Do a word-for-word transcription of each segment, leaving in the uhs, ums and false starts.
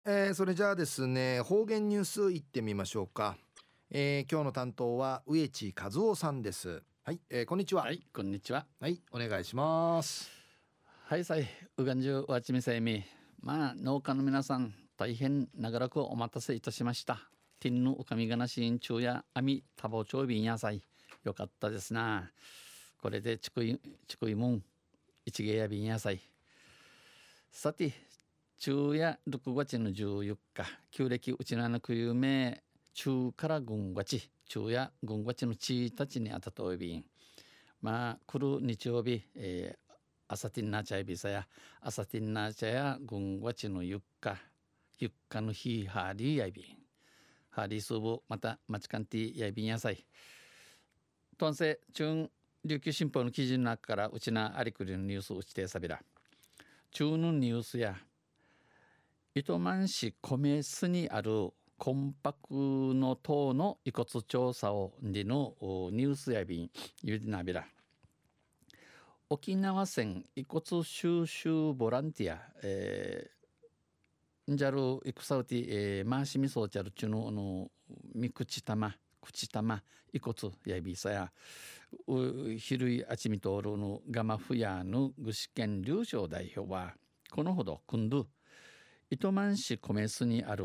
えーそれじゃあですね、方言ニュースいってみましょうか。えー今日の担当は植地和夫さんです。はい、えーこんにちは。 はい、こんにちは。 はい、お願いします。 はい、さい、うがんじゅうわちみせいみ。まあ、農家の皆さん、大変長らくお待たせいたしました。ティンヌウカミガナシンチュウやアミタボチョウビン野菜。よかったですな。これでちくい、ちくいもん、一芸やビン野菜。さて、昼夜ろくがつのじゅうよっか、旧暦うちなのくゆめ、中から軍がち、昼夜軍がちのちたちにあたといびん。まあ、来る日曜日、えー、アサティンナーチャイビサや、アサティンナーチャや、軍がちのゆっか、ゆっかの日ハーリーやいびん。ハーリースーブ、また、マチカンティやいびん野菜。とんせ、中琉球新報の記事の中から、うちなありくりのニュースうちてさびら。中のニュースや、糸満市米須にある魂魄の塔の遺骨調査をでのニュースやびんゆでなびら。沖縄県遺骨収集ボランティア、えー、んじゃるいくさうて、えー、マーシミソーチャルチュのあのみくちたま口たま遺骨やびさやうひるいあちみとおるのガマフヤーの具志堅隆翔代表はこのほどくんど糸満市米須にある、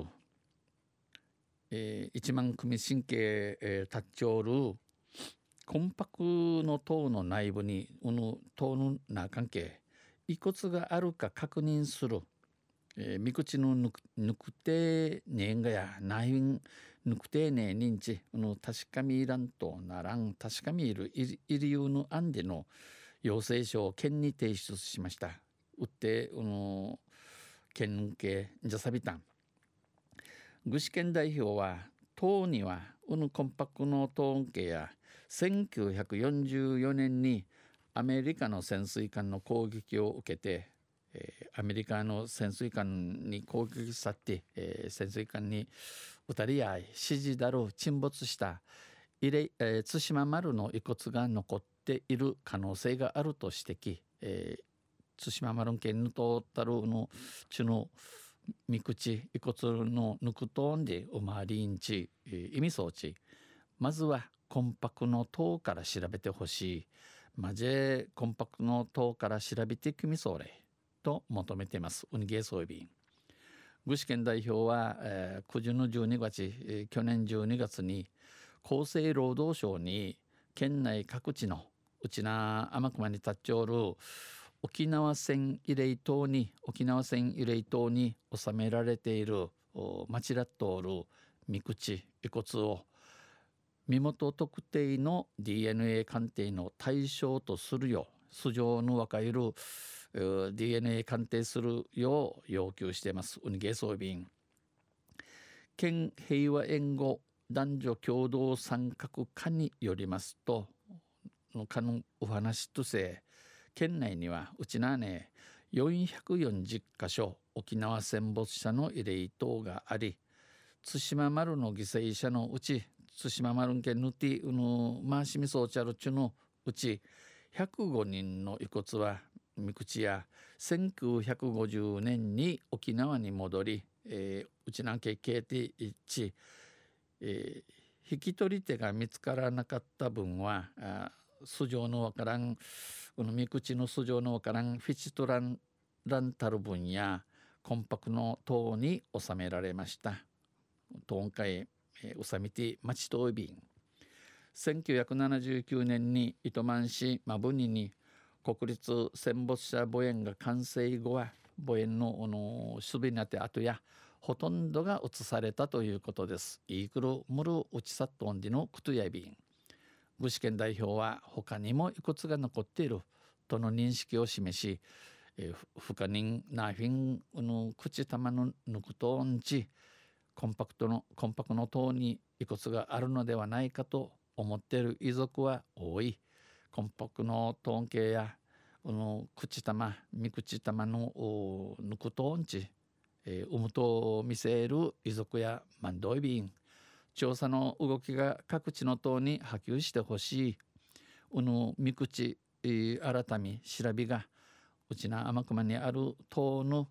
えー、一万組神経、えー、立ちおる魂魄の塔の内部にこの塔のな関係遺骨があるか確認する、えー、見口のぬくぬくてねんがや内んぬくてね認知この確かみいらんとならん確かみいるいりゆうの案での要請書を県に提出しました。うってこの県警じゃさびたん具志堅代表は党にはうぬ魂魄の塔家やせんきゅうひゃくよんじゅうよねんにアメリカの潜水艦の攻撃を受けて、えー、アメリカの潜水艦に攻撃さって、えー、潜水艦に撃たれ合い指示だろう沈没したイレ、えー、対馬丸の遺骨が残っている可能性があると指摘、えー、対馬丸県の通ったるのちのみくち遺骨のぬくとんでおまわりんち、えー、意味装置まずは魂魄の塔から調べてほしいまじ魂魄の塔から調べてくみそうれと求めていますウニゲーソイビン具志堅代表は、えー、くじのじゅうにがつ、えー、去年じゅうにがつに厚生労働省に県内各地のうちな天熊に立ちおる沖縄戦慰霊塔に沖縄戦慰霊塔に収められている町らっとおるみくち遺骨を身元特定の ディーエヌエー 鑑定の対象とするよう素性のわかる ディーエヌエー 鑑定するよう要求していますウニゲーソービン県平和援護男女共同参画課によりますと課のお話とせ県内にはうちなねよんひゃくよんじゅっかしょ沖縄戦没者の慰霊塔があり対馬丸の犠牲者のうち対馬丸県ぬてうのマーシミソーチャルチュのうちひゃくごにんの遺骨はみくちやせんきゅうひゃくごじゅうねんに沖縄に戻り、えー、うちなけけていち、えー、引き取り手が見つからなかった分は素性のわからんこのみくちの素性のわからんフィチトランランタル分や魂魄の塔に収められました。東海うさみて町東便せんきゅうひゃくななじゅうきゅうねんに糸満市マブニに国立戦没者墓苑が完成後は墓苑のあのすべなて後やほとんどが移されたということです。イークルムルウチサットンディのクトヤビン具志堅代表は他にも遺骨が残っているとの認識を示し、えー、不可人なフィンの口玉の抜くとんちコンパクトのコンパクの塔に遺骨があるのではないかと思っている遺族は多い。コンパクのトン系やこの口玉み口玉の抜くとんち、えー、うむと見せる遺族やマンドイビン調査の動きが各地の塔に波及してほしい。うぬみ口、えー、改み調べがうちな天熊にある塔の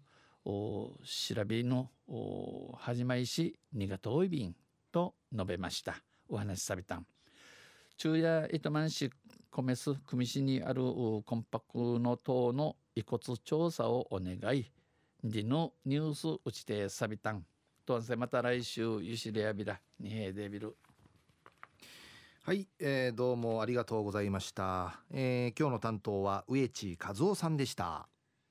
調べの始まりしにが遠い便と述べました。お話しさびたん昼夜糸満市米須久美市にある魂魄の塔の遺骨調査をお願いでのニュース打ちてさびたんとんせまた来週ゆしれやびらにへいでびる。 はい、えー、どうもありがとうございました。えー、今日の担当は植地和夫さんでした。